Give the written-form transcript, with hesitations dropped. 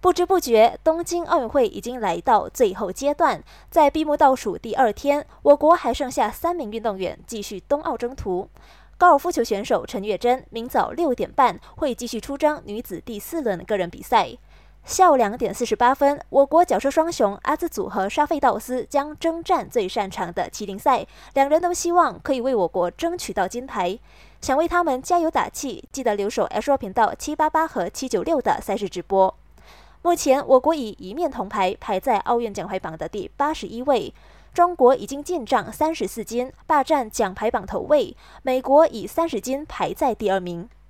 不知不觉，东京奥运会已经来到最后阶段。在闭幕倒数第2天，我国还剩下3名运动员继续东奥征途。高尔夫球选手陈月珍明早6点半会继续出征女子第4轮个人比赛。下午2点48分，我国角射双雄阿兹祖和沙费道斯将征战最擅长的麒麟赛，两人都希望可以为我国争取到金牌。想为他们加油打气，记得留守 Astro 频道788和796的赛事直播。目前，我国以1面铜牌排在奥运奖牌榜的第81位，中国已经进账34金，霸占奖牌榜头位，美国以30金排在第2名。